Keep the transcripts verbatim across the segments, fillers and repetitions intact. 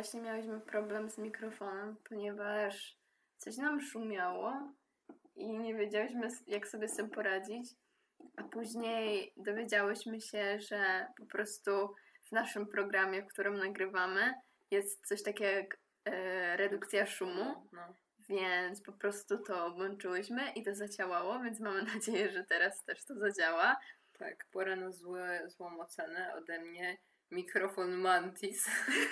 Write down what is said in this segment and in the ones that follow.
właśnie miałyśmy problem z mikrofonem, ponieważ coś nam szumiało i nie wiedziałyśmy, jak sobie z tym poradzić. A później dowiedziałyśmy się, że po prostu w naszym programie, w którym nagrywamy, jest coś takiego jak e, redukcja szumu, no. Więc po prostu to włączyłyśmy i to zadziałało, więc mamy nadzieję, że teraz też to zadziała. Tak, pora na złe, złą ocenę ode mnie. Mikrofon Mantis.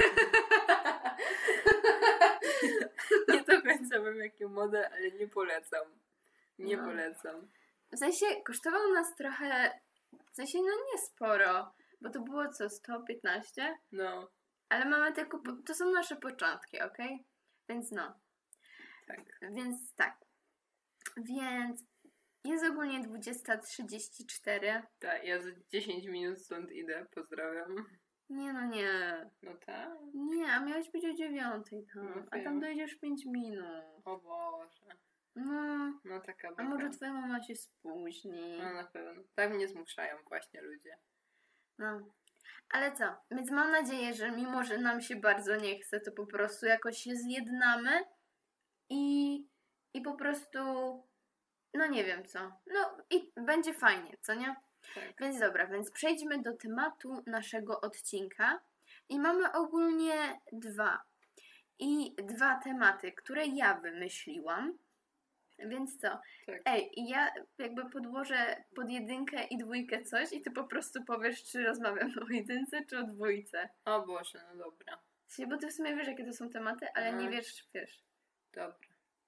Nie do końca wiem jaki model, ale nie polecam. Nie no. polecam. W sensie kosztowało nas trochę, w sensie no nie sporo, bo to było co, sto piętnaście? No. Ale mamy tylko, to są nasze początki, okej? Okay? Więc no. Tak. Więc tak. Więc jest ogólnie dwudziesta trzydzieści cztery. Tak, ja za dziesięć minut stąd idę, pozdrawiam. Nie no nie. No tak? Nie, a miałeś być o dziewiątej tam, No, a tam dojdziesz pięć minut. O Boże. No. No taka A beka. może twoja mama się spóźni. No na pewno. Tak mnie zmuszają właśnie ludzie. No. Ale co? Więc mam nadzieję, że mimo, że nam się bardzo nie chce, to po prostu jakoś się zjednamy i, i po prostu no nie wiem co. No i będzie fajnie, co nie? Tak. Więc dobra, więc przejdźmy do tematu naszego odcinka i mamy ogólnie dwa. I dwa tematy, które ja wymyśliłam. Więc co? Tak. Ej, ja jakby podłożę pod jedynkę i dwójkę coś i ty po prostu powiesz, czy rozmawiam o jedynce, czy o dwójce. O Boże, no dobra. Bo ty w sumie wiesz, jakie to są tematy, ale no. nie wiesz, wiesz. Dobra.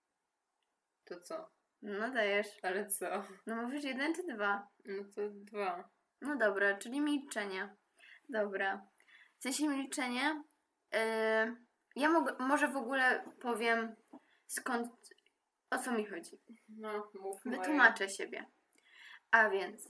To co? No dajesz. Ale co? No mówisz jeden czy dwa? No to dwa. No dobra, czyli milczenie. Dobra. W sensie milczenie. Yy, ja mog- może w ogóle powiem skąd, o co mi chodzi. No, mów. Wytłumaczę siebie. A więc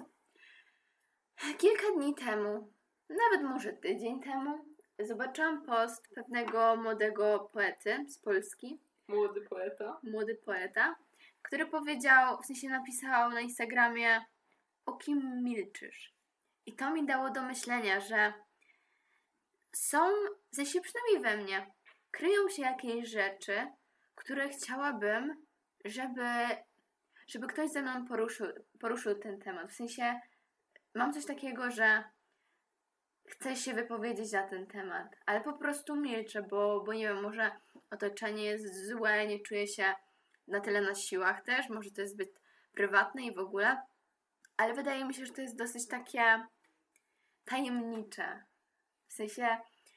kilka dni temu, nawet może tydzień temu, zobaczyłam post pewnego młodego poety z Polski. Młody poeta. Młody poeta, który powiedział, w sensie napisał na Instagramie, o kim milczysz. I to mi dało do myślenia, że są, w sensie przynajmniej we mnie, kryją się jakieś rzeczy, które chciałabym, żeby, żeby ktoś ze mną poruszył, poruszył ten temat. W sensie mam coś takiego, że chcę się wypowiedzieć na ten temat, ale po prostu milczę, bo, bo nie wiem, może otoczenie jest złe, nie czuję się na tyle na siłach też, może to jest zbyt prywatne i w ogóle, ale wydaje mi się, że to jest dosyć takie tajemnicze. W sensie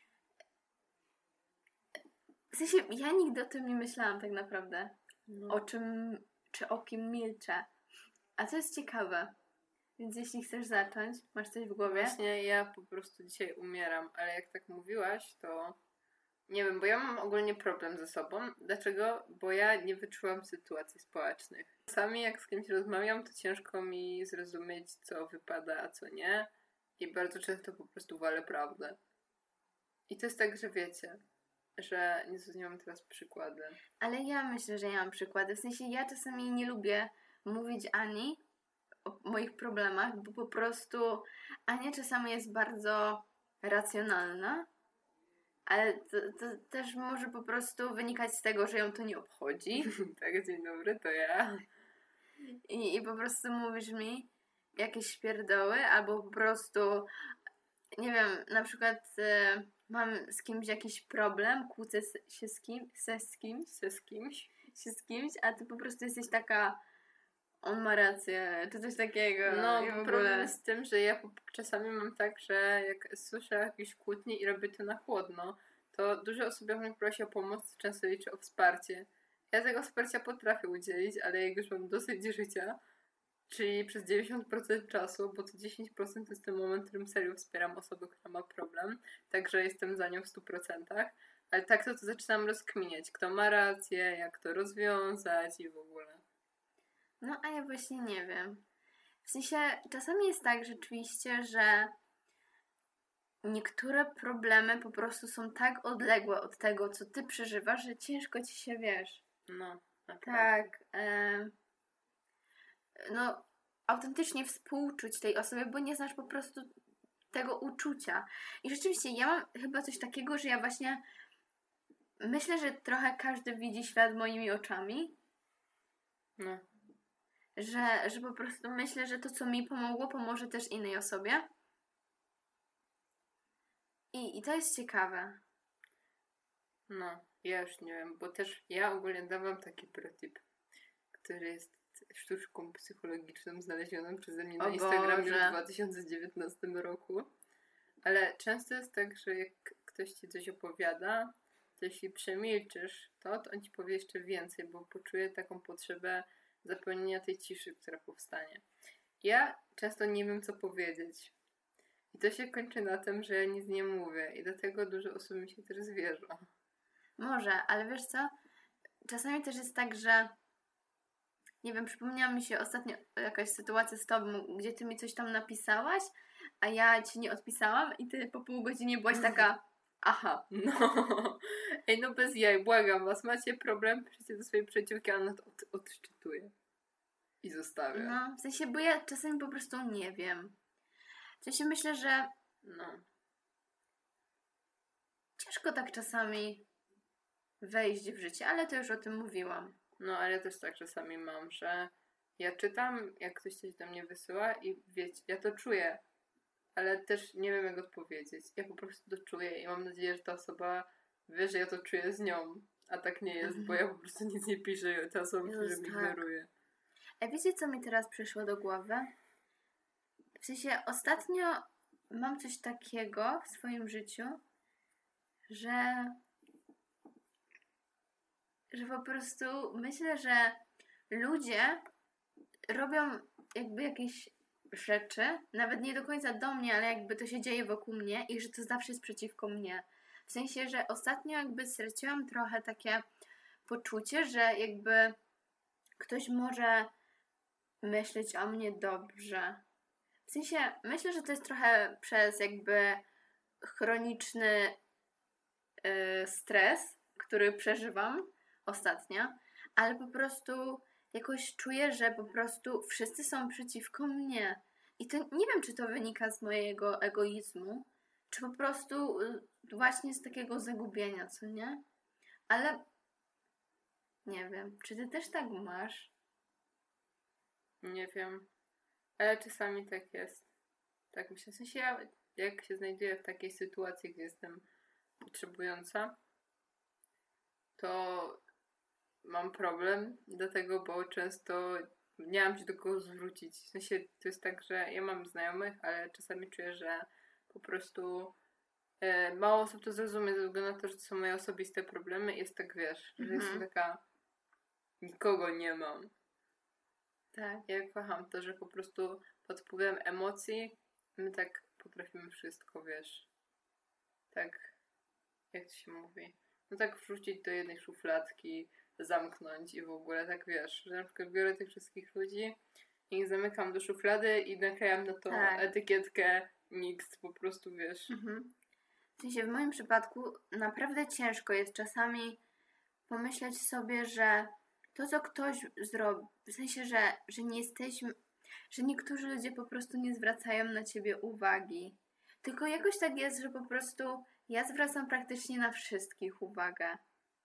w sensie ja nigdy o tym nie myślałam tak naprawdę. No. O czym, czy o kim milczę. A to jest ciekawe. Więc jeśli chcesz zacząć, masz coś w głowie? Właśnie ja po prostu dzisiaj umieram, ale jak tak mówiłaś, to nie wiem, bo ja mam ogólnie problem ze sobą. Dlaczego? Bo ja nie wyczułam sytuacji społecznych. Czasami jak z kimś rozmawiam, to ciężko mi zrozumieć, co wypada, a co nie. I bardzo często po prostu walę prawdę. I to jest tak, że wiecie, że nie nie mam teraz przykłady. Ale ja myślę, że ja mam przykłady. W sensie ja czasami nie lubię mówić Ani o moich problemach, bo po prostu Ania czasami jest bardzo racjonalna, ale to, to też może po prostu wynikać z tego, że ją to nie obchodzi. Tak, dzień dobry, to ja. I, I po prostu mówisz mi jakieś pierdoły, albo po prostu nie wiem, na przykład e, mam z kimś jakiś problem, kłócę się z kim, se z kimś, Se z kimś, się z kimś, a ty po prostu jesteś taka, on ma rację, czy coś takiego. No, i w ogóle... problem jest z tym, że ja czasami mam tak, że jak słyszę jakieś kłótnie i robię to na chłodno, to dużo osób jak mnie prosi o pomoc, często liczy o wsparcie. Ja tego wsparcia potrafię udzielić, ale jak już mam dosyć życia, czyli przez dziewięćdziesiąt procent czasu, bo to dziesięć procent to jest ten moment, w którym serio wspieram osobę, która ma problem, także jestem za nią w stu procentach, ale tak to, to zaczynam rozkminiać, kto ma rację, jak to rozwiązać i w ogóle. No, a ja właśnie nie wiem. W sensie czasami jest tak rzeczywiście, że niektóre problemy po prostu są tak odległe od tego, co ty przeżywasz, że ciężko ci się, wiesz. No, naprawdę. Tak. E, no, autentycznie współczuć tej osobie, bo nie znasz po prostu tego uczucia. I rzeczywiście ja mam chyba coś takiego, że ja właśnie myślę, że trochę każdy widzi świat moimi oczami. No. Że, że po prostu myślę, że to, co mi pomogło, pomoże też innej osobie. I, i to jest ciekawe. No, ja już nie wiem, bo też ja ogólnie dawam taki protip, który jest sztuczką psychologiczną znalezioną przeze mnie na O Instagramie Boże. w dwa tysiące dziewiętnastym roku. Ale często jest tak, że jak ktoś ci coś opowiada, to jeśli przemilczysz to, to on ci powie jeszcze więcej, bo poczuje taką potrzebę zapełnienia tej ciszy, która powstanie. Ja często nie wiem, co powiedzieć. I to się kończy na tym, że ja nic nie mówię. I dlatego dużo osób mi się też zwierzą. Może, ale wiesz co? Czasami też jest tak, że nie wiem, przypomniała mi się ostatnio jakaś sytuacja z tobą, gdzie ty mi coś tam napisałaś, a ja ci nie odpisałam i ty po pół godziny byłaś taka aha. No. Ej, no bez jaj, błagam was. Macie problem? Piszcie do swojej przyjaciółki, a ona to od, odczytuje. I zostawia. No, w sensie, bo ja czasami po prostu nie wiem. W sensie myślę, że No. ciężko tak czasami wejść w życie, ale to już o tym mówiłam. No, ale ja też tak czasami mam, że ja czytam, jak ktoś coś do mnie wysyła i wiecie, ja to czuję, ale też nie wiem, jak odpowiedzieć. Ja po prostu to czuję i mam nadzieję, że ta osoba wie, że ja to czuję z nią, a tak nie jest, bo ja po prostu nic nie piszę i ta osoba Jezus, myśli, że mnie tak. ignoruje. A wiecie, co mi teraz przyszło do głowy? W sensie, ostatnio mam coś takiego w swoim życiu, że że po prostu myślę, że ludzie robią jakby jakieś rzeczy, nawet nie do końca do mnie, ale jakby to się dzieje wokół mnie i że to zawsze jest przeciwko mnie. W sensie, że ostatnio jakby straciłam trochę takie poczucie, że jakby ktoś może myśleć o mnie dobrze. W sensie, myślę, że to jest trochę przez jakby chroniczny yy, stres, który przeżywam ostatnio, ale po prostu jakoś czuję, że po prostu wszyscy są przeciwko mnie. I to nie wiem, czy to wynika z mojego egoizmu, czy po prostu y, właśnie z takiego zagubienia, co nie? Ale nie wiem, czy ty też tak masz? Nie wiem, ale czasami tak jest. Tak myślę, w sensie ja, jak się znajduję w takiej sytuacji, gdzie jestem potrzebująca, to mam problem, dlatego, bo często nie mam się do kogo zwrócić. W sensie to jest tak, że ja mam znajomych, ale czasami czuję, że po prostu e, mało osób to zrozumie ze względu na to, że to są moje osobiste problemy i jest tak, wiesz, że Mhm. jestem taka nikogo nie mam. Tak. Ja kocham to, że po prostu pod wpływem emocji my tak potrafimy wszystko, wiesz. Tak, jak to się mówi? No tak wrzucić do jednej szufladki, zamknąć i w ogóle tak, wiesz, że na przykład biorę tych wszystkich ludzi i ich zamykam do szuflady i naklejam na to Tak. etykietkę mixed, po prostu, wiesz. Mhm. W sensie w moim przypadku naprawdę ciężko jest czasami pomyśleć sobie, że to, co ktoś zrobi, w sensie, że, że nie jesteśmy, że niektórzy ludzie po prostu nie zwracają na ciebie uwagi. Tylko jakoś tak jest, że po prostu ja zwracam praktycznie na wszystkich uwagę.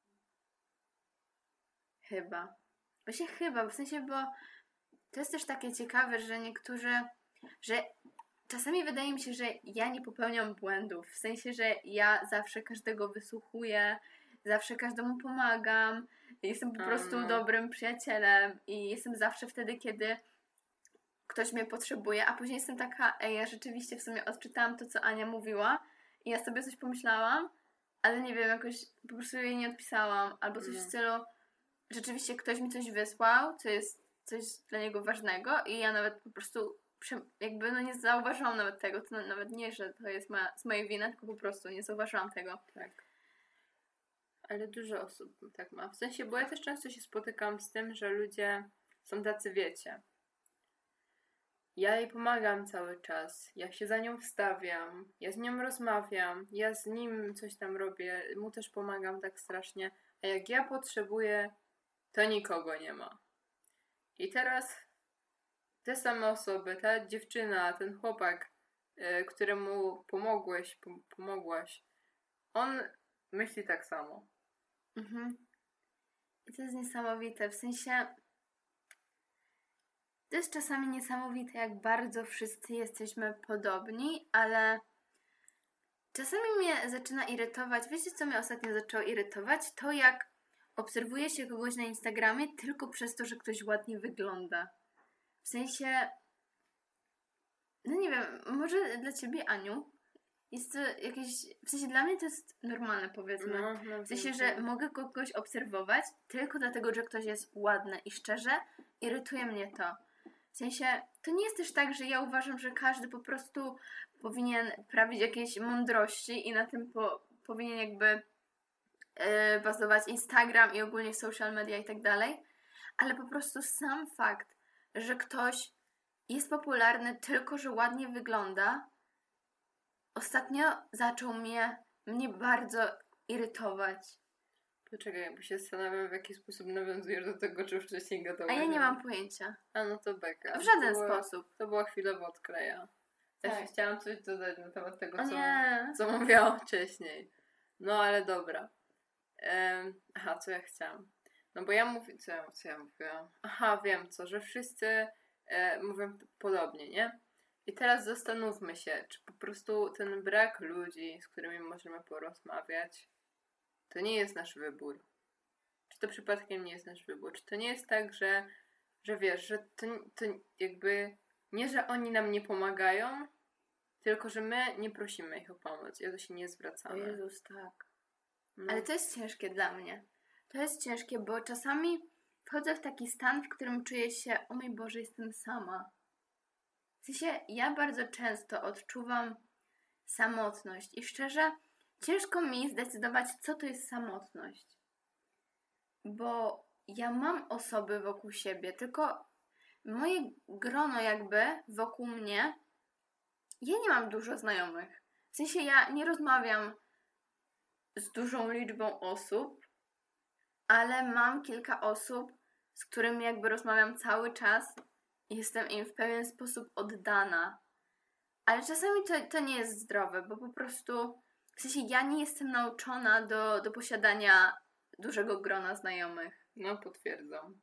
Chyba. Właśnie chyba, w sensie, bo to jest też takie ciekawe, że niektórzy, że czasami wydaje mi się, że ja nie popełniam błędów. W sensie, że ja zawsze każdego wysłuchuję, zawsze każdemu pomagam. Jestem po prostu Um. dobrym przyjacielem i jestem zawsze wtedy, kiedy ktoś mnie potrzebuje, a później jestem taka, ej, ja rzeczywiście w sumie odczytałam to, co Ania mówiła i ja sobie coś pomyślałam, ale nie wiem, jakoś po prostu jej nie odpisałam, albo coś No. w stylu, rzeczywiście ktoś mi coś wysłał, co jest coś dla niego ważnego i ja nawet po prostu jakby no nie zauważyłam nawet tego, to nawet nie, że to jest ma, z mojej winy, tylko po prostu nie zauważyłam tego. Tak. Ale dużo osób tak ma. W sensie, bo ja też często się spotykam z tym, że ludzie są tacy, wiecie. Ja jej pomagam cały czas. Ja się za nią wstawiam. Ja z nią rozmawiam. Ja z nim coś tam robię. Mu też pomagam tak strasznie. A jak ja potrzebuję, to nikogo nie ma. I teraz te same osoby, ta dziewczyna, ten chłopak, yy, któremu pomogłeś, pom- pomogłaś, on myśli tak samo. Mhm. I to jest niesamowite, w sensie to jest czasami niesamowite, jak bardzo wszyscy jesteśmy podobni, ale czasami mnie zaczyna irytować, wiecie co mnie ostatnio zaczęło irytować? To jak obserwuje się kogoś na Instagramie tylko przez to, że ktoś ładnie wygląda. W sensie, no nie wiem, może dla ciebie, Aniu, jest to jakieś, w sensie dla mnie to jest normalne, powiedzmy. No, no, W sensie, wiem, że wiem. mogę kogoś obserwować tylko dlatego, że ktoś jest ładny i szczerze irytuje mnie to. W sensie, to nie jest też tak, że ja uważam, że każdy po prostu powinien prawić jakieś mądrości i na tym po, powinien jakby yy, bazować Instagram i ogólnie social media i tak dalej, ale po prostu sam fakt, że ktoś jest popularny tylko, że ładnie wygląda, ostatnio zaczął mnie, mnie bardzo irytować. Poczekaj, bo się zastanawiam, w jaki sposób nawiązujesz do tego, czy wcześniej A gadałaś. ja nie mam pojęcia. A no to beka. W żaden to była, sposób. To była chwilowa odkleja. Ja Tak. się chciałam coś dodać na temat tego, O co, nie. co mówiłam wcześniej. No ale dobra. Ehm, aha, co ja chciałam? No bo ja mówię, co ja, co ja mówiłam? Aha, wiem co, że wszyscy e, mówią podobnie, nie? I teraz zastanówmy się, czy po prostu ten brak ludzi, z którymi możemy porozmawiać, to nie jest nasz wybór. Czy to przypadkiem nie jest nasz wybór? Czy to nie jest tak, że, że wiesz, że to, to jakby nie, że oni nam nie pomagają, tylko że my nie prosimy ich o pomoc i o to się nie O zwracamy. Jezus, tak. No. Ale to jest ciężkie dla mnie. To jest ciężkie, bo czasami wchodzę w taki stan, w którym czuję się, o mój Boże, jestem sama. W sensie, ja bardzo często odczuwam samotność i szczerze, ciężko mi zdecydować, co to jest samotność. Bo ja mam osoby wokół siebie, tylko moje grono jakby wokół mnie, ja nie mam dużo znajomych. W sensie, ja nie rozmawiam z dużą liczbą osób, ale mam kilka osób, z którymi jakby rozmawiam cały czas i jestem im w pewien sposób oddana. Ale czasami to, to nie jest zdrowe, bo po prostu, w sensie ja nie jestem nauczona do, do posiadania dużego grona znajomych. No, potwierdzam.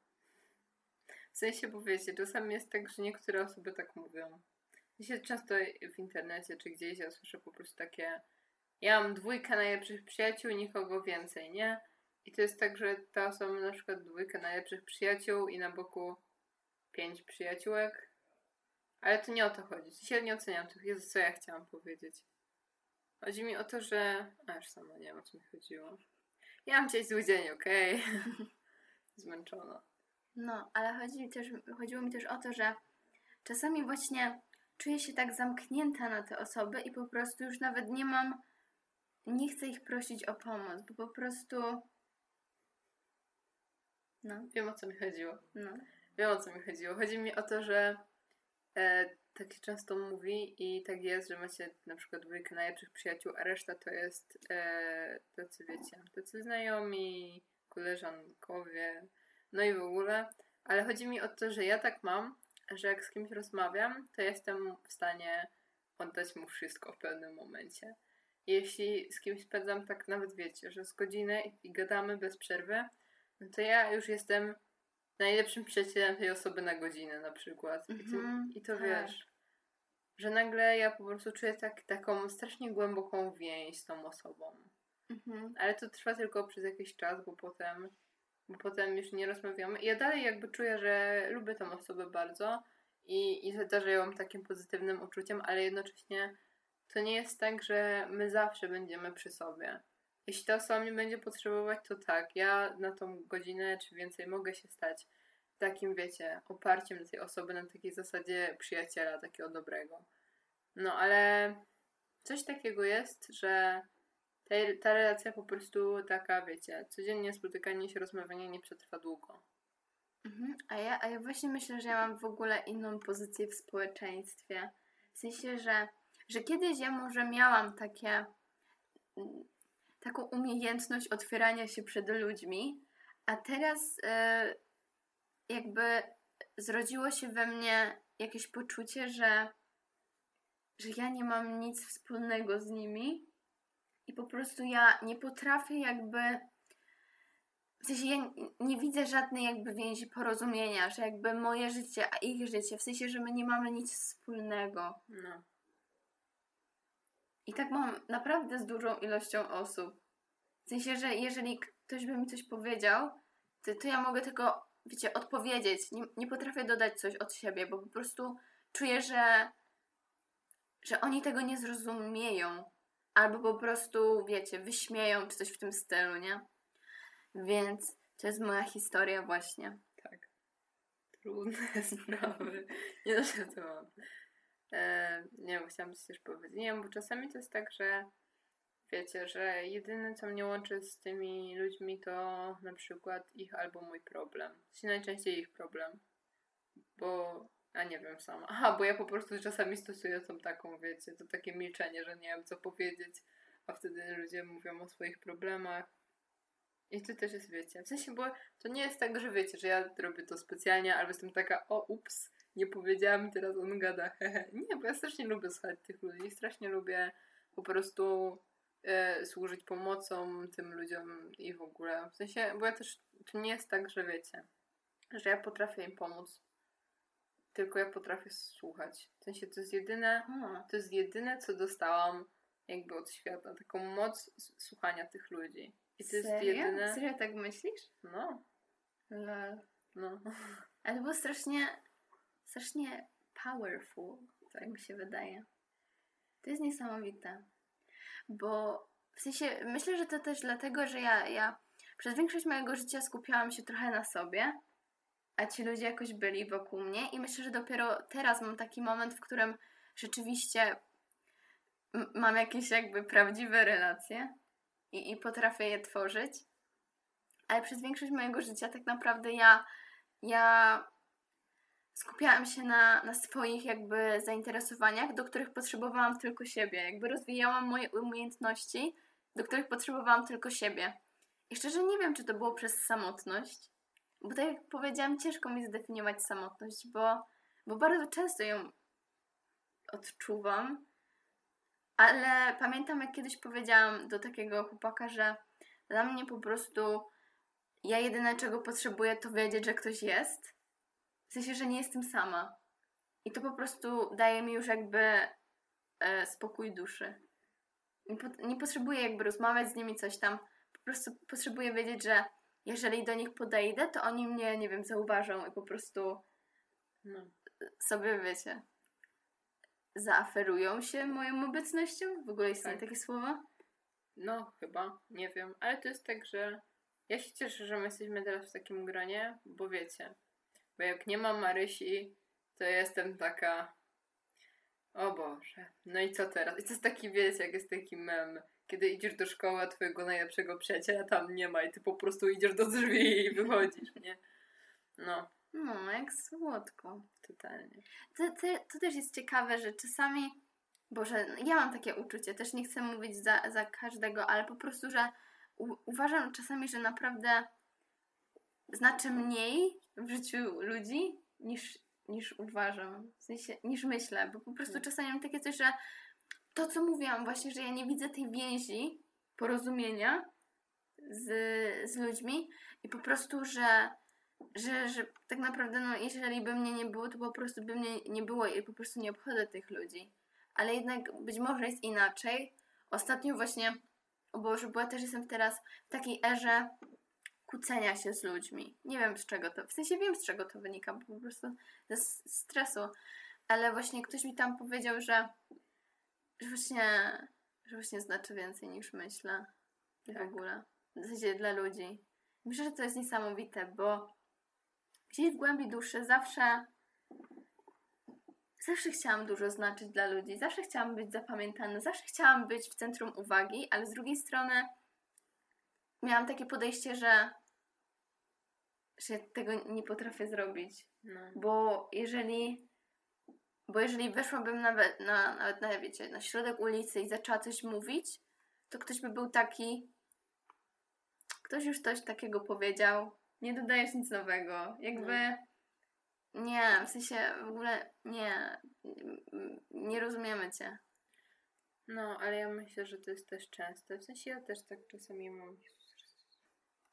W sensie, bo wiecie, czasami jest tak, że niektóre osoby tak mówią. Ja się często w internecie czy gdzieś ja słyszę po prostu takie, ja mam dwójkę najlepszych przyjaciół, nikogo więcej, nie? I to jest tak, że ta osoba ma na przykład dwójkę najlepszych przyjaciół i na boku pięć przyjaciółek. Ale to nie o to chodzi. W sensie ja nie oceniam tych. Jezu, co ja chciałam powiedzieć. Chodzi mi o to, że... A już sama nie wiem, o co mi chodziło. Ja mam dzisiaj zły dzień, okej? Okay? Zmęczona. No, ale chodzi mi też, chodziło mi też o to, że czasami właśnie czuję się tak zamknięta na te osoby i po prostu już nawet nie mam, nie chcę ich prosić o pomoc, bo po prostu no. Wiem, o co mi chodziło. No. Wiem, o co mi chodziło. Chodzi mi o to, że e, tak się często mówi i tak jest, że macie na przykład dwójkę najlepszych przyjaciół, a reszta to jest e, tacy, wiecie, tacy znajomi, koleżankowie, no i w ogóle. Ale chodzi mi o to, że ja tak mam, że jak z kimś rozmawiam, to jestem w stanie oddać mu wszystko w pewnym momencie. I jeśli z kimś spędzam tak nawet, wiecie, że z godziny i, i gadamy bez przerwy, no to ja już jestem najlepszym przyjacielem tej osoby na godzinę na przykład. I, ty, Mhm, i to tak. wiesz, że nagle ja po prostu czuję tak, taką strasznie głęboką więź z tą osobą. Mhm. Ale to trwa tylko przez jakiś czas, bo potem, bo potem już nie rozmawiamy. I ja dalej jakby czuję, że lubię tą osobę bardzo i, i zdarzają ją takim pozytywnym uczuciem, ale jednocześnie to nie jest tak, że my zawsze będziemy przy sobie. Jeśli ta osoba mnie będzie potrzebować, to tak, ja na tą godzinę czy więcej mogę się stać takim, wiecie, oparciem do tej osoby na takiej zasadzie przyjaciela, takiego dobrego. No, ale coś takiego jest, że ta, ta relacja po prostu taka, wiecie, codziennie spotykanie się, rozmawianie nie przetrwa długo. Mhm. A, ja, a ja właśnie myślę, że ja mam w ogóle inną pozycję w społeczeństwie. W sensie, że, że kiedyś ja może miałam takie taką umiejętność otwierania się przed ludźmi, a teraz e, jakby zrodziło się we mnie jakieś poczucie, że, że ja nie mam nic wspólnego z nimi i po prostu ja nie potrafię jakby w sensie ja nie widzę żadnej jakby więzi porozumienia, że jakby moje życie, a ich życie, w sensie, że my nie mamy nic wspólnego. No. I tak mam naprawdę z dużą ilością osób. W sensie, że jeżeli ktoś by mi coś powiedział, to, to ja mogę tylko, wiecie, odpowiedzieć. Nie, nie potrafię dodać coś od siebie, bo po prostu czuję, że, że oni tego nie zrozumieją. Albo po prostu, wiecie, wyśmieją, czy coś w tym stylu, nie? Więc to jest moja historia właśnie. Tak. Trudne sprawy. Nie wiem, co to mam. E, nie wiem, chciałam coś też powiedzieć. Nie wiem, bo czasami to jest tak, że wiecie, że jedyne, co mnie łączy z tymi ludźmi, to na przykład ich albo mój problem. Czyli najczęściej ich problem. Bo, a nie wiem sama. Aha, bo ja po prostu czasami stosuję tą taką, wiecie, to takie milczenie, że nie wiem, co powiedzieć, a wtedy ludzie mówią o swoich problemach. I to też jest, wiecie, w sensie, bo to nie jest tak, że wiecie, że ja robię to specjalnie, albo jestem taka, o ups, nie powiedziałam i teraz on gada, hehe. Nie, bo ja strasznie lubię słuchać tych ludzi, strasznie lubię po prostu e, służyć pomocą tym ludziom i w ogóle. W sensie, bo ja też, to nie jest tak, że wiecie, że ja potrafię im pomóc, tylko ja potrafię słuchać. W sensie, to jest jedyne, Hmm. to jest jedyne, co dostałam jakby od świata, taką moc s- słuchania tych ludzi. I to jest Serio? jedyne... Serio tak myślisz? No, Lol. no. Ale to było strasznie, strasznie powerful, tak mi się wydaje. To jest niesamowite. Bo w sensie, myślę, że to też dlatego, że ja, ja przez większość mojego życia skupiałam się trochę na sobie, a ci ludzie jakoś byli wokół mnie i myślę, że dopiero teraz mam taki moment, w którym rzeczywiście m- mam jakieś jakby prawdziwe relacje i, i potrafię je tworzyć. Ale przez większość mojego życia tak naprawdę ja, ja skupiałam się na, na swoich jakby zainteresowaniach, do których potrzebowałam tylko siebie. Jakby rozwijałam moje umiejętności, do których potrzebowałam tylko siebie. I szczerze nie wiem, czy to było przez samotność, bo tak jak powiedziałam, ciężko mi zdefiniować samotność, bo, bo bardzo często ją odczuwam, ale pamiętam, jak kiedyś powiedziałam do takiego chłopaka, że dla mnie po prostu ja jedyne, czego potrzebuję, to wiedzieć, że ktoś jest. W sensie, że nie jestem sama. I to po prostu daje mi już jakby e, spokój duszy. Nie, po, nie potrzebuję jakby rozmawiać z nimi, coś tam. Po prostu potrzebuję wiedzieć, że jeżeli do nich podejdę, to oni mnie, nie wiem, zauważą i po prostu No. sobie, wiecie, zaaferują się moją obecnością. W ogóle istnieje Tak. takie słowo? No, chyba, nie wiem. Ale to jest tak, że ja się cieszę, że my jesteśmy teraz w takim gronie, bo wiecie, bo jak nie mam Marysi, to ja jestem taka, o Boże, no i co teraz? I to jest taki, wiecie, jak jest taki mem, kiedy idziesz do szkoły, a twojego najlepszego przyjaciela tam nie ma i ty po prostu idziesz do drzwi i wychodzisz, nie? No, No, jak słodko. totalnie. To, to, to też jest ciekawe, że czasami, Boże, ja mam takie uczucie, też nie chcę mówić za, za każdego, ale po prostu, że u, uważam czasami, że naprawdę znaczy mniej w życiu ludzi niż, niż uważam, w sensie, niż myślę, bo po prostu Hmm. czasami mam takie coś, że to, co mówiłam właśnie, że ja nie widzę tej więzi, porozumienia z, z ludźmi i po prostu, że Że, że tak naprawdę, no, jeżeli by mnie nie było, to po prostu by mnie nie było i po prostu nie obchodzę tych ludzi. Ale jednak być może jest inaczej. Ostatnio właśnie, o Boże, bo ja też jestem teraz w takiej erze kłócenia się z ludźmi. Nie wiem z czego to, w sensie wiem z czego to wynika, bo po prostu ze s- stresu. Ale właśnie ktoś mi tam powiedział, że, że właśnie, że właśnie znaczy więcej niż myślę. I w Tak. ogóle. W sensie dla ludzi. Myślę, że to jest niesamowite, bo gdzieś w głębi duszy zawsze zawsze chciałam dużo znaczyć dla ludzi, zawsze chciałam być zapamiętana, zawsze chciałam być w centrum uwagi, ale z drugiej strony miałam takie podejście, że że ja tego nie potrafię zrobić, No. bo jeżeli bo jeżeli weszłabym nawet na, nawet na, wiecie, na środek ulicy i zaczęła coś mówić, to ktoś by był taki, ktoś już coś takiego powiedział, nie dodajesz nic nowego, jakby nie, w sensie w ogóle nie, nie rozumiemy cię. No, ale ja myślę, że to jest też częste. W sensie ja też tak czasami mam.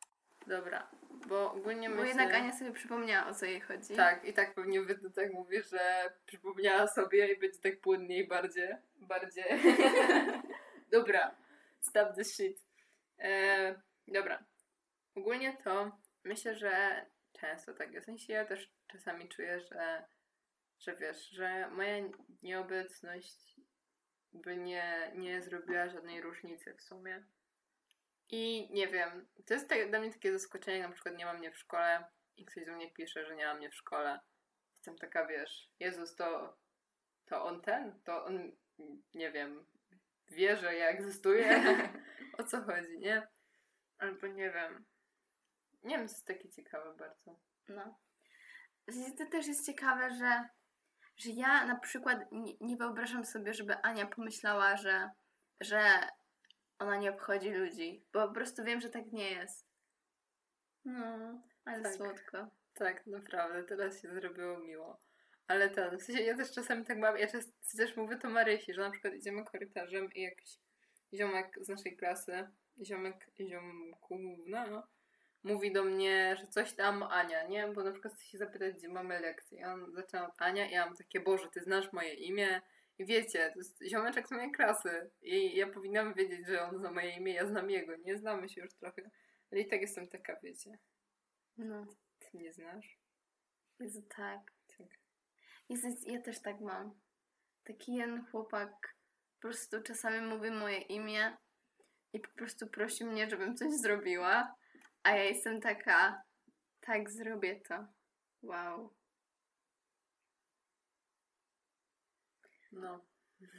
Dobra, bo ogólnie Bo myślę... jednak Ania sobie przypomniała, o co jej chodzi. Tak, i tak pewnie Wy tak mówię, że przypomniała sobie i będzie tak płynniej bardziej. Bardziej. Dobra, stop this shit. E, dobra. Ogólnie to myślę, że często tak jest. W sensie ja też czasami czuję, że, że wiesz, że moja nieobecność by nie, nie zrobiła żadnej różnicy w sumie. I nie wiem, to jest tak, dla mnie takie zaskoczenie, na przykład nie ma mnie w szkole i ktoś do mnie pisze, że nie ma mnie w szkole. Jestem taka, wiesz, Jezus, to, to on ten? To on, nie wiem, wie, że ja egzystuję? O co chodzi, nie? Albo nie wiem. Nie wiem, to jest takie ciekawe bardzo. No. To też jest ciekawe, że, że ja na przykład nie, nie wyobrażam sobie, żeby Ania pomyślała, że, że ona nie obchodzi ludzi, bo po prostu wiem, że tak nie jest. No, ale tak. słodko. Tak, naprawdę, teraz się zrobiło miło. Ale ten, w sensie ja też czasami tak mam, ja czas, też mówię to Marysi, że na przykład idziemy korytarzem i jakiś ziomek z naszej klasy, ziomek, ziomku, no, mówi do mnie, że coś tam Ania, nie? Bo na przykład chcę się zapytać, gdzie mamy lekcję. I on zaczął od Ania i ja mam takie, Boże, ty znasz moje imię? I wiecie, to jest ziomeczek z mojej klasy. I ja powinnam wiedzieć, że on zna moje imię, ja znam jego. Nie znamy się już trochę. Ale i tak jestem taka, wiecie. No. Ty nie znasz? Jezu, tak. Tak. Jezu, ja też tak mam. Taki jeden chłopak po prostu czasami mówi moje imię i po prostu prosi mnie, żebym coś zrobiła, a ja jestem taka, tak, zrobię to. Wow. No.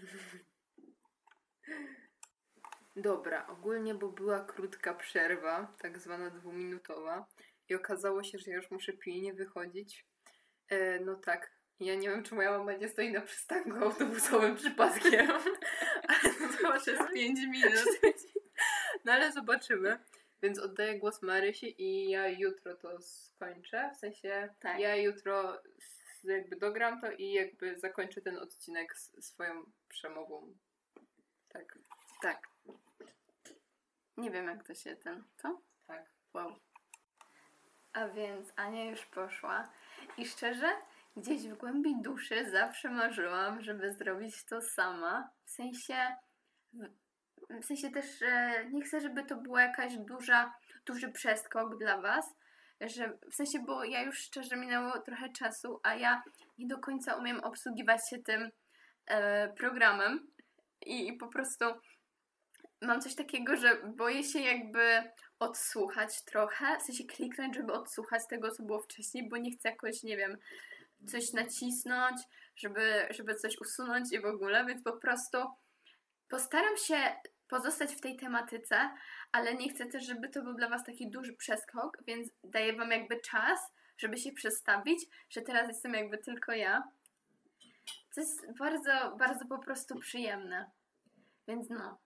Dobra, ogólnie, bo była krótka przerwa, tak zwana dwuminutowa i okazało się, że ja już muszę pilnie wychodzić. E, no tak, ja nie wiem, czy moja mama nie stoi na przystanku autobusowym przypadkiem, ale no zobaczę z pięć minut. No ale zobaczymy. Więc oddaję głos Marysi i ja jutro to skończę. W sensie Tak. ja jutro jakby dogram to i jakby zakończę ten odcinek swoją przemową. Tak. Tak. Nie wiem, jak to się ten... Co? Tak. Wow. A więc Ania już poszła i szczerze, gdzieś w głębi duszy zawsze marzyłam, żeby zrobić to sama. W sensie... W sensie też e, nie chcę, żeby to była jakaś duża, duży przeskok dla Was. Że, w sensie, bo ja już szczerze minęło trochę czasu, a ja nie do końca umiem obsługiwać się tym e, programem i, i po prostu mam coś takiego, że boję się jakby odsłuchać trochę, w sensie kliknąć, żeby odsłuchać tego, co było wcześniej, bo nie chcę jakoś, nie wiem, coś nacisnąć, żeby, żeby coś usunąć i w ogóle, więc po prostu postaram się pozostać w tej tematyce, ale nie chcę też, żeby to był dla Was taki duży przeskok, więc daję Wam jakby czas, żeby się przestawić, że teraz jestem jakby tylko ja. To jest bardzo, bardzo po prostu przyjemne. Więc no.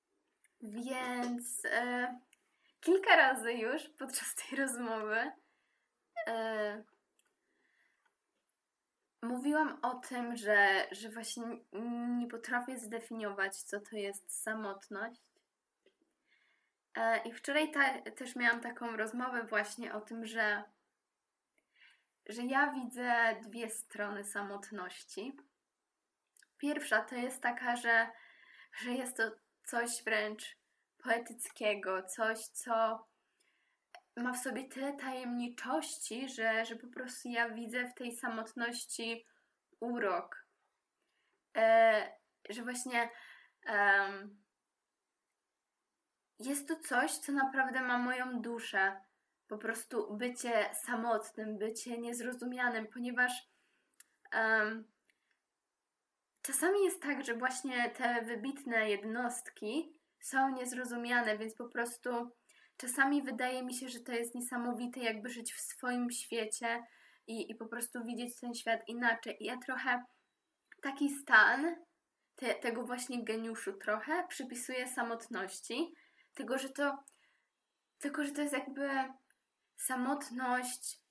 Więc e, kilka razy już podczas tej rozmowy e, mówiłam o tym, że, że właśnie nie potrafię zdefiniować, co to jest samotność. I wczoraj ta, też miałam taką rozmowę właśnie o tym, że, że ja widzę dwie strony samotności. Pierwsza to jest taka, że, że jest to coś wręcz poetyckiego, coś, co ma w sobie tyle tajemniczości, że, że po prostu ja widzę w tej samotności urok. E, że właśnie um, jest to coś, co naprawdę ma moją duszę. Po prostu bycie samotnym, bycie niezrozumianym, ponieważ um, czasami jest tak, że właśnie te wybitne jednostki są niezrozumiane, więc po prostu czasami wydaje mi się, że to jest niesamowite, jakby żyć w swoim świecie i, i po prostu widzieć ten świat inaczej. I ja trochę taki stan te, tego właśnie geniuszu trochę przypisuję samotności. Tylko że, to, tylko, że to jest jakby samotność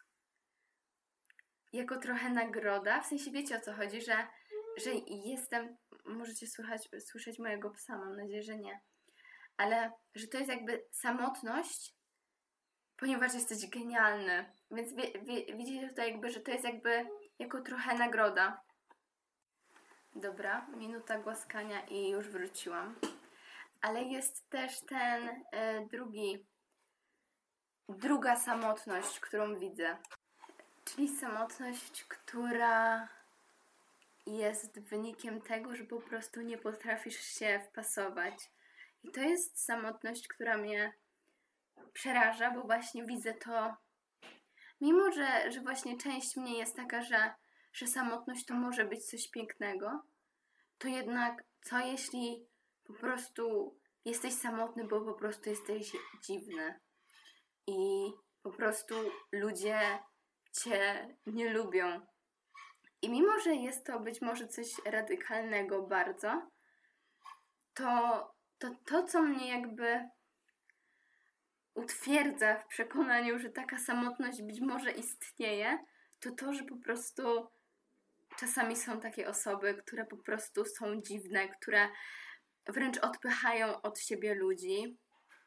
jako trochę nagroda. W sensie wiecie, o co chodzi, że, że jestem... Możecie słychać, słyszeć mojego psa, mam nadzieję, że nie. Ale że to jest jakby samotność ponieważ jesteś genialny. Więc wie, wie, widzicie tutaj jakby, że to jest jakby jako trochę nagroda. Dobra, minuta głaskania i już wróciłam. Ale jest też ten e, drugi, druga samotność, którą widzę. Czyli samotność, która jest wynikiem tego, że po prostu nie potrafisz się wpasować. I to jest samotność, która mnie przeraża, bo właśnie widzę to, mimo że, że właśnie część mnie jest taka, że, że samotność to może być coś pięknego, to jednak co jeśli po prostu jesteś samotny, bo po prostu jesteś dziwny i po prostu ludzie cię nie lubią. I mimo, że jest to być może coś radykalnego bardzo, to to, to co mnie jakby utwierdza w przekonaniu, że taka samotność być może istnieje, to to, że po prostu czasami są takie osoby, które po prostu są dziwne, które wręcz odpychają od siebie ludzi.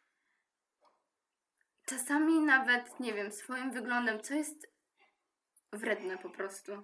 Czasami nawet, nie wiem, swoim wyglądem, co jest wredne po prostu.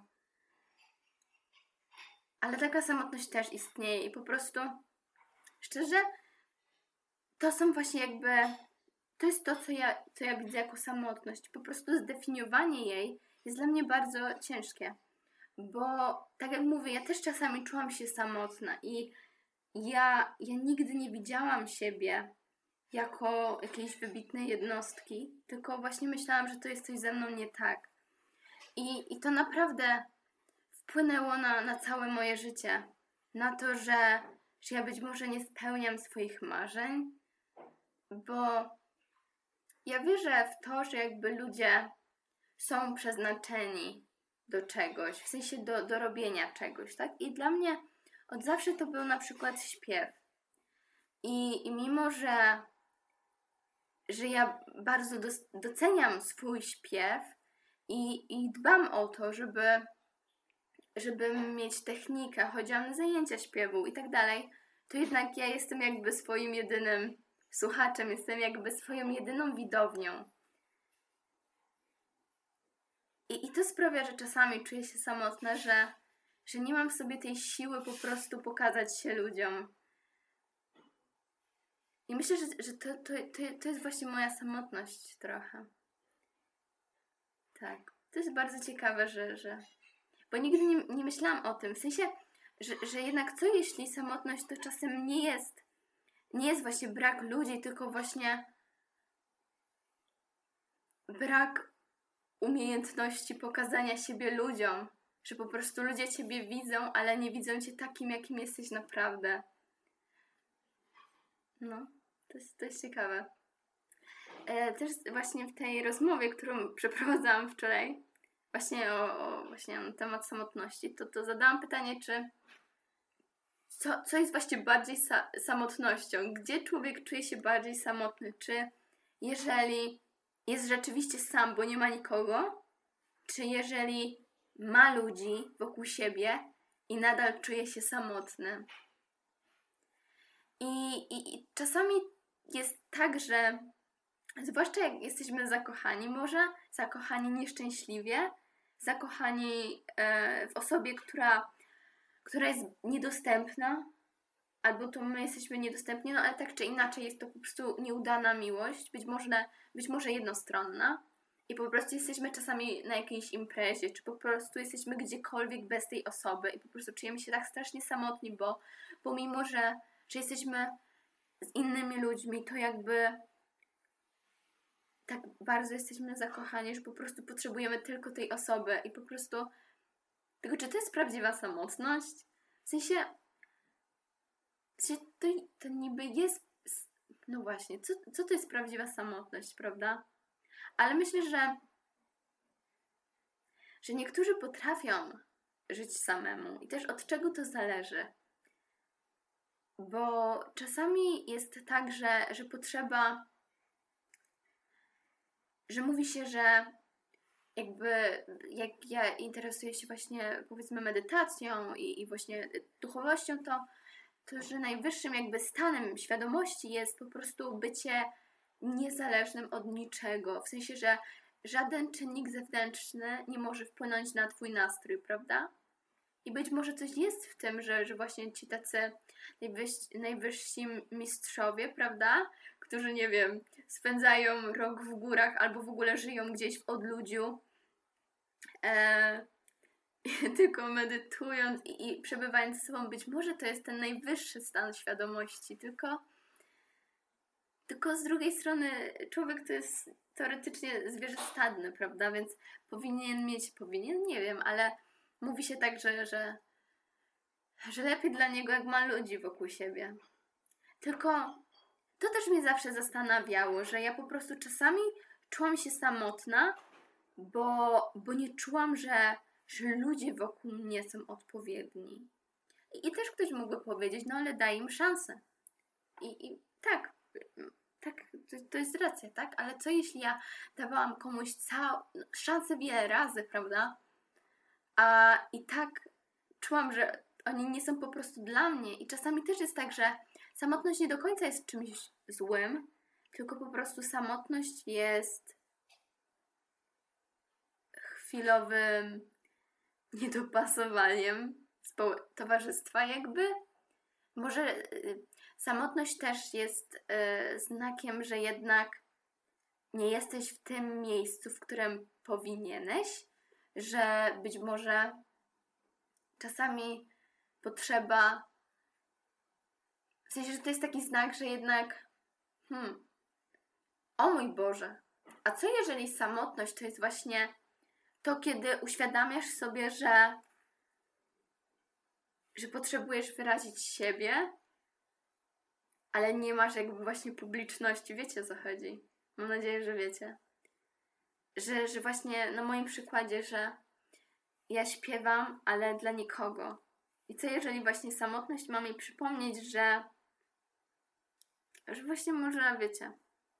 Ale taka samotność też istnieje i po prostu, szczerze, to są właśnie jakby, to jest to, co ja, co ja widzę jako samotność. Po prostu zdefiniowanie jej jest dla mnie bardzo ciężkie. Bo, tak jak mówię, ja też czasami czułam się samotna i ja, ja nigdy nie widziałam siebie jako jakiejś wybitnej jednostki, tylko właśnie myślałam, że to jest coś ze mną nie tak. I, i to naprawdę wpłynęło na, na całe moje życie. Na to, że, że ja być może nie spełniam swoich marzeń, bo ja wierzę w to, że jakby ludzie są przeznaczeni do czegoś, w sensie do, do robienia czegoś, tak? I dla mnie od zawsze to był na przykład śpiew. I, i mimo, że, że ja bardzo doceniam swój śpiew i, i dbam o to, żeby, żeby mieć technikę, chodziłam na zajęcia śpiewu i tak dalej, to jednak ja jestem jakby swoim jedynym słuchaczem, jestem jakby swoją jedyną widownią. I, i to sprawia, że czasami czuję się samotna, że, że nie mam w sobie tej siły po prostu pokazać się ludziom. I myślę, że, że to, to, to, to jest właśnie moja samotność trochę. Tak. To jest bardzo ciekawe, że... że... Bo nigdy nie, nie myślałam o tym. W sensie, że, że jednak co jeśli samotność to czasem nie jest nie jest właśnie brak ludzi, tylko właśnie brak umiejętności pokazania siebie ludziom. Że po prostu ludzie ciebie widzą, ale nie widzą cię takim, jakim jesteś naprawdę. No, to jest, to jest ciekawe. E, też właśnie w tej rozmowie, którą przeprowadzałam wczoraj, właśnie o, o właśnie na temat samotności, to, to zadałam pytanie, czy co, co jest właśnie bardziej sa- samotnością? Gdzie człowiek czuje się bardziej samotny? Czy jeżeli jest rzeczywiście sam, bo nie ma nikogo? Czy jeżeli ma ludzi wokół siebie i nadal czuje się samotny? I, i, i czasami jest tak, że zwłaszcza jak jesteśmy zakochani, może zakochani nieszczęśliwie, zakochani e, w osobie, która, która jest niedostępna, albo to my jesteśmy niedostępni, no ale tak czy inaczej jest to po prostu nieudana miłość, być może, być może jednostronna i po prostu jesteśmy czasami na jakiejś imprezie, czy po prostu jesteśmy gdziekolwiek bez tej osoby i po prostu czujemy się tak strasznie samotni, bo pomimo, że, że jesteśmy z innymi ludźmi, to jakby tak bardzo jesteśmy zakochani, że po prostu potrzebujemy tylko tej osoby i po prostu... Tylko czy to jest prawdziwa samotność? W sensie, w sensie to, to niby jest... No właśnie, co, co to jest prawdziwa samotność, prawda? Ale myślę, że że niektórzy potrafią żyć samemu i też od czego to zależy. Bo czasami jest tak, że, że potrzeba... że mówi się, że jakby jak ja interesuję się właśnie powiedzmy medytacją i, i właśnie duchowością, to, to że najwyższym jakby stanem świadomości jest po prostu bycie niezależnym od niczego. W sensie, że żaden czynnik zewnętrzny nie może wpłynąć na twój nastrój, prawda? I być może coś jest w tym, że, że właśnie ci tacy najwyżsi, najwyżsi mistrzowie, prawda? Którzy, nie wiem, spędzają rok w górach albo w ogóle żyją gdzieś w odludziu, e, tylko medytując i, i przebywając ze sobą. Być może to jest ten najwyższy stan świadomości, tylko, tylko z drugiej strony człowiek to jest teoretycznie zwierzę stadne, prawda? Więc powinien mieć, powinien, nie wiem, ale mówi się tak, że, że, że lepiej dla niego, jak ma ludzi wokół siebie. Tylko to też mnie zawsze zastanawiało, że ja po prostu czasami czułam się samotna, bo, bo nie czułam, że, że ludzie wokół mnie są odpowiedni. I, i też ktoś mógłby powiedzieć, no ale daj im szansę. I, i tak, tak to, to jest racja, tak? Ale co jeśli ja dawałam komuś całą szansę wiele razy, prawda? A i tak czułam, że oni nie są po prostu dla mnie. I czasami też jest tak, że samotność nie do końca jest czymś złym, tylko po prostu samotność jest chwilowym niedopasowaniem spo- towarzystwa jakby. Może y, samotność też jest y, znakiem, że jednak nie jesteś w tym miejscu, w którym powinieneś, że być może czasami potrzeba, w sensie, że to jest taki znak, że jednak hmm, o mój Boże, a co jeżeli samotność to jest właśnie to, kiedy uświadamiasz sobie, że że potrzebujesz wyrazić siebie, ale nie masz jakby właśnie publiczności. Wiecie, o co chodzi? Mam nadzieję, że wiecie. Że, że właśnie na moim przykładzie, że ja śpiewam, ale dla nikogo. I co jeżeli właśnie samotność ma mi przypomnieć, że że właśnie może, wiecie,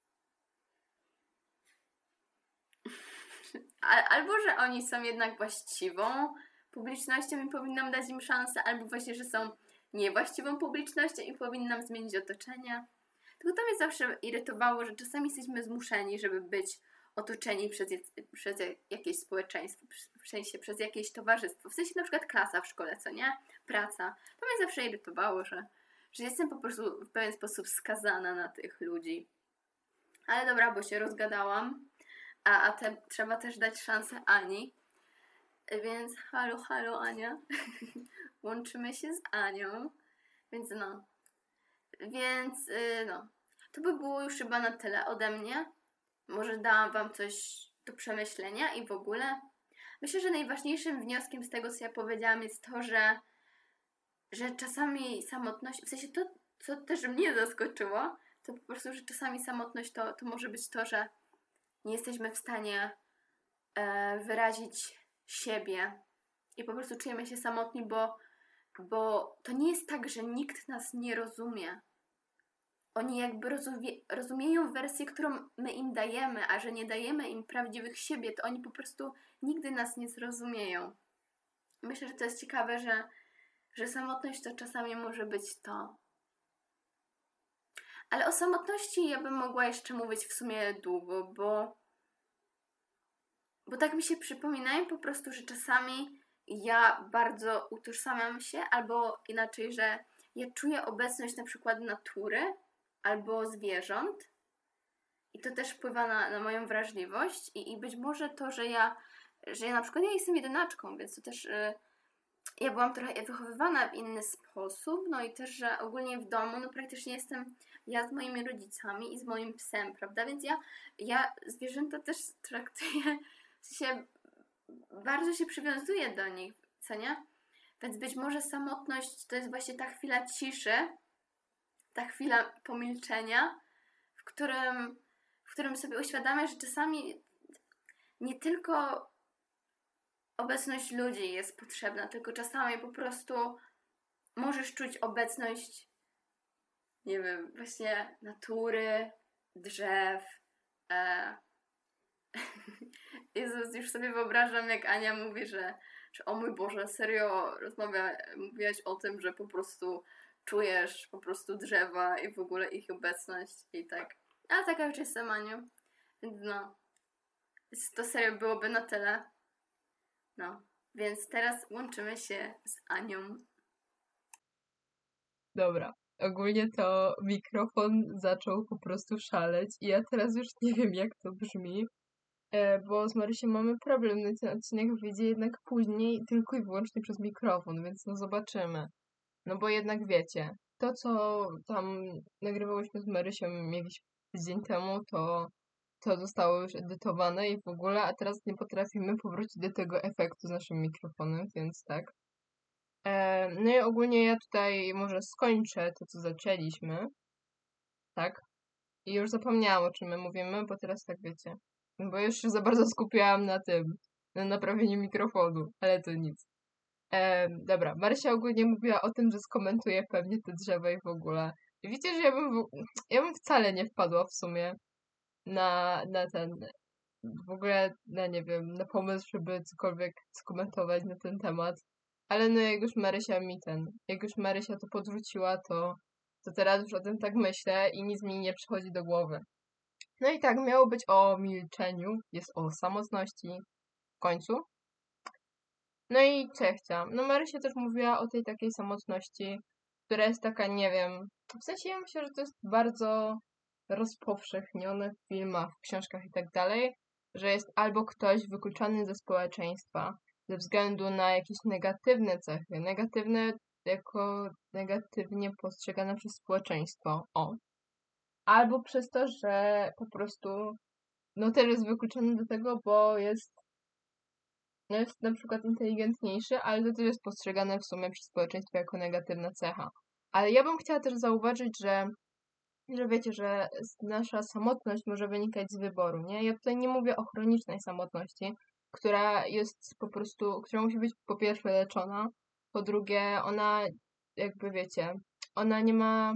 albo, że oni są jednak właściwą publicznością i powinnam dać im szansę, albo właśnie, że są niewłaściwą publicznością i powinnam zmienić otoczenie. Tylko to mnie zawsze irytowało, że czasami jesteśmy zmuszeni, żeby być otoczeni przez, przez jakieś społeczeństwo, w sensie przez jakieś towarzystwo, w sensie na przykład klasa w szkole, co nie? Praca. To mnie zawsze irytowało, że, że jestem po prostu w pewien sposób skazana na tych ludzi. Ale dobra, bo się rozgadałam, a, a te, trzeba też dać szansę Ani. Więc halo, halo Ania. Łączymy się z Anią. Więc no. Więc yy, no. To by było już chyba na tyle ode mnie. Może dałam wam coś do przemyślenia i w ogóle. Myślę, że najważniejszym wnioskiem z tego, co ja powiedziałam, jest to, że, że czasami samotność, w sensie to, co też mnie zaskoczyło, to po prostu, że czasami samotność to, to może być to, że nie jesteśmy w stanie e, wyrazić siebie i po prostu czujemy się samotni, bo, bo to nie jest tak, że nikt nas nie rozumie. Oni jakby rozumie, rozumieją wersję, którą my im dajemy, a że nie dajemy im prawdziwych siebie, to oni po prostu nigdy nas nie zrozumieją. Myślę, że to jest ciekawe, że, że samotność to czasami może być to. Ale o samotności ja bym mogła jeszcze mówić w sumie długo, bo Bo tak mi się przypominają po prostu, że czasami ja bardzo utożsamiam się, albo inaczej, że ja czuję obecność na przykład natury albo zwierząt i to też wpływa na, na moją wrażliwość i, i być może to, że ja, że ja na przykład ja jestem jedynaczką, więc to też y, ja byłam trochę wychowywana w inny sposób, no i też, że ogólnie w domu no praktycznie jestem ja z moimi rodzicami i z moim psem, prawda, więc ja, ja zwierzęta też traktuję, w sensie bardzo się przywiązuję do nich, co nie? Więc być może samotność to jest właśnie ta chwila ciszy, ta chwila pomilczenia, w którym, w którym sobie uświadamiasz, że czasami nie tylko obecność ludzi jest potrzebna, tylko czasami po prostu możesz czuć obecność, nie wiem, właśnie natury, drzew. E... Jezus, już sobie wyobrażam, jak Ania mówi, że, że o mój Boże, serio rozmawia, mówiłaś o tym, że po prostu czujesz po prostu drzewa i w ogóle ich obecność i tak. Ale taka już jestem Aniu. Więc no, to serio byłoby na tyle. No, więc teraz łączymy się z Anią. Dobra. Ogólnie to mikrofon zaczął po prostu szaleć i ja teraz już nie wiem, jak to brzmi, e, bo z Marysią mamy problem, no i ten odcinek wyjdzie jednak później tylko i wyłącznie przez mikrofon, więc no zobaczymy. No bo jednak wiecie, to co tam nagrywałyśmy z Marysią jakiś tydzień temu, to to zostało już edytowane i w ogóle, a teraz nie potrafimy powrócić do tego efektu z naszym mikrofonem, więc tak. E, no i ogólnie ja tutaj może skończę to, co zaczęliśmy, tak? I już zapomniałam, o czym my mówimy, bo teraz tak wiecie. Bo już się za bardzo skupiałam na tym, na naprawieniu mikrofonu, ale to nic. E, dobra, Marysia ogólnie mówiła o tym, że skomentuje pewnie te drzewa i w ogóle. I wiecie, że ja bym, w, ja bym wcale nie wpadła w sumie na, na ten, w ogóle, na nie wiem, na pomysł, żeby cokolwiek skomentować na ten temat. Ale no jak już Marysia mi ten, jak już Marysia to podrzuciła, to, to teraz już o tym tak myślę i nic mi nie przychodzi do głowy. No i tak, miało być o milczeniu, jest o samotności w końcu. No i co ja chciałam? No Marysia też mówiła o tej takiej samotności, która jest taka, nie wiem, w sensie ja myślę, że to jest bardzo rozpowszechnione w filmach, w książkach i tak dalej, że jest albo ktoś wykluczony ze społeczeństwa ze względu na jakieś negatywne cechy, negatywne jako negatywnie postrzegane przez społeczeństwo, o. Albo przez to, że po prostu no też jest wykluczony do tego, bo jest no jest na przykład inteligentniejszy, ale to też jest postrzegane w sumie przez społeczeństwo jako negatywna cecha. Ale ja bym chciała też zauważyć, że że wiecie, że nasza samotność może wynikać z wyboru, nie? Ja tutaj nie mówię o chronicznej samotności, która jest po prostu, która musi być po pierwsze leczona, po drugie ona jakby wiecie, ona nie ma,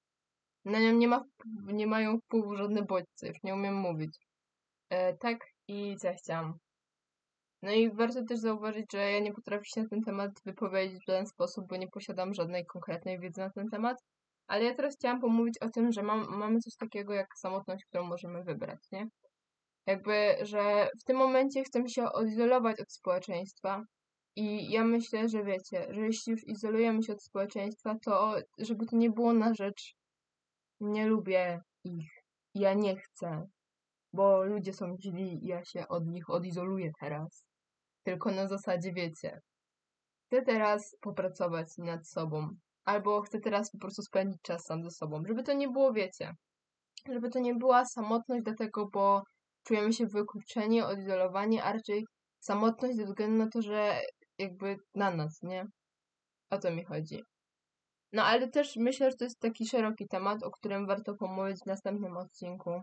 na nią nie ma, nie mają wpływu żadne bodźce, już nie umiem mówić. E, tak i co ja chciałam. No i warto też zauważyć, że ja nie potrafię się na ten temat wypowiedzieć w żaden sposób, bo nie posiadam żadnej konkretnej wiedzy na ten temat. Ale ja teraz chciałam pomówić o tym, że mam, mamy coś takiego jak samotność, którą możemy wybrać, nie? Jakby, że w tym momencie chcemy się odizolować od społeczeństwa i ja myślę, że wiecie, że jeśli już izolujemy się od społeczeństwa, to żeby to nie było na rzecz nie lubię ich, ja nie chcę, bo ludzie są źli i ja się od nich odizoluję teraz. Tylko na zasadzie wiecie, chcę teraz popracować nad sobą, albo chcę teraz po prostu spędzić czas sam ze sobą, żeby to nie było, wiecie, żeby to nie była samotność dlatego, bo czujemy się wykluczeni, odizolowani, a raczej samotność ze względu na to, że jakby na nas, nie? O to mi chodzi. No ale też myślę, że to jest taki szeroki temat, o którym warto pomówić w następnym odcinku.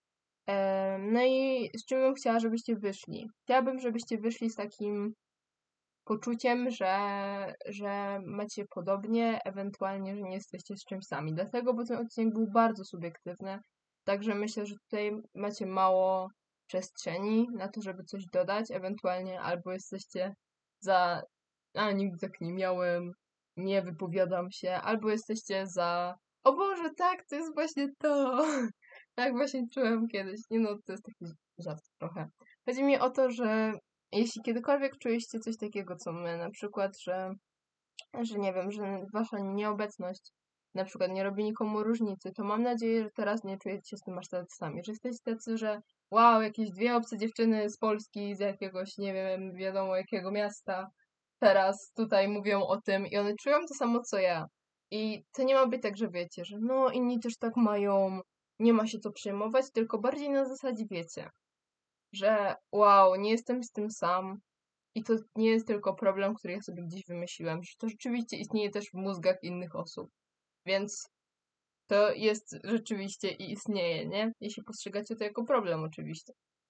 Ehm, no i z czym bym chciała, żebyście wyszli? Chciałabym, żebyście wyszli z takim poczuciem, że, że macie podobnie, ewentualnie, że nie jesteście z czymś sami. Dlatego, bo ten odcinek był bardzo subiektywny, także myślę, że tutaj macie mało przestrzeni na to, żeby coś dodać, ewentualnie albo jesteście za a nigdy tak nie miałem, nie wypowiadam się, albo jesteście za o Boże, tak, to jest właśnie to. Tak właśnie czułem kiedyś. Nie no, to jest taki żart trochę. Chodzi mi o to, że jeśli kiedykolwiek czuliście coś takiego, co my, na przykład, że, że nie wiem, że wasza nieobecność na przykład nie robi nikomu różnicy, to mam nadzieję, że teraz nie czujecie się z tym aż tacy sami, że jesteście tacy, że wow, jakieś dwie obce dziewczyny z Polski, z jakiegoś, nie wiem, wiadomo jakiego miasta, teraz tutaj mówią o tym i one czują to samo, co ja. I to nie ma być tak, że wiecie, że no inni też tak mają, nie ma się co przejmować, tylko bardziej na zasadzie wiecie, że wow, nie jestem z tym sam i to nie jest tylko problem, który ja sobie gdzieś wymyśliłem, że to rzeczywiście istnieje też w mózgach innych osób. Więc to jest rzeczywiście i istnieje, nie? Jeśli postrzegacie to jako problem oczywiście.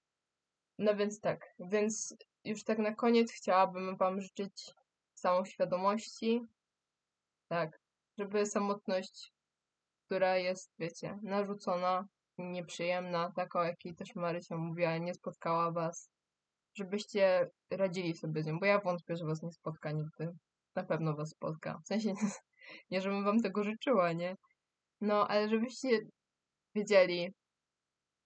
No więc tak, więc już tak na koniec chciałabym wam życzyć samoświadomości, tak, żeby samotność, która jest, wiecie, narzucona, nieprzyjemna, taka o jakiej też Marysia mówiła, nie spotkała was, żebyście radzili sobie z nią, bo ja wątpię, że was nie spotka nigdy. Na pewno was spotka. W sensie, nie żebym wam tego życzyła, nie? No, ale żebyście wiedzieli,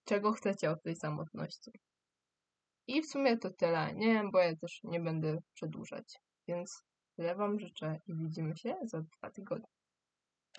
czego chcecie od tej samotności. I w sumie to tyle, nie? Bo ja też nie będę przedłużać. Więc tyle Wam życzę i widzimy się za dwa tygodnie.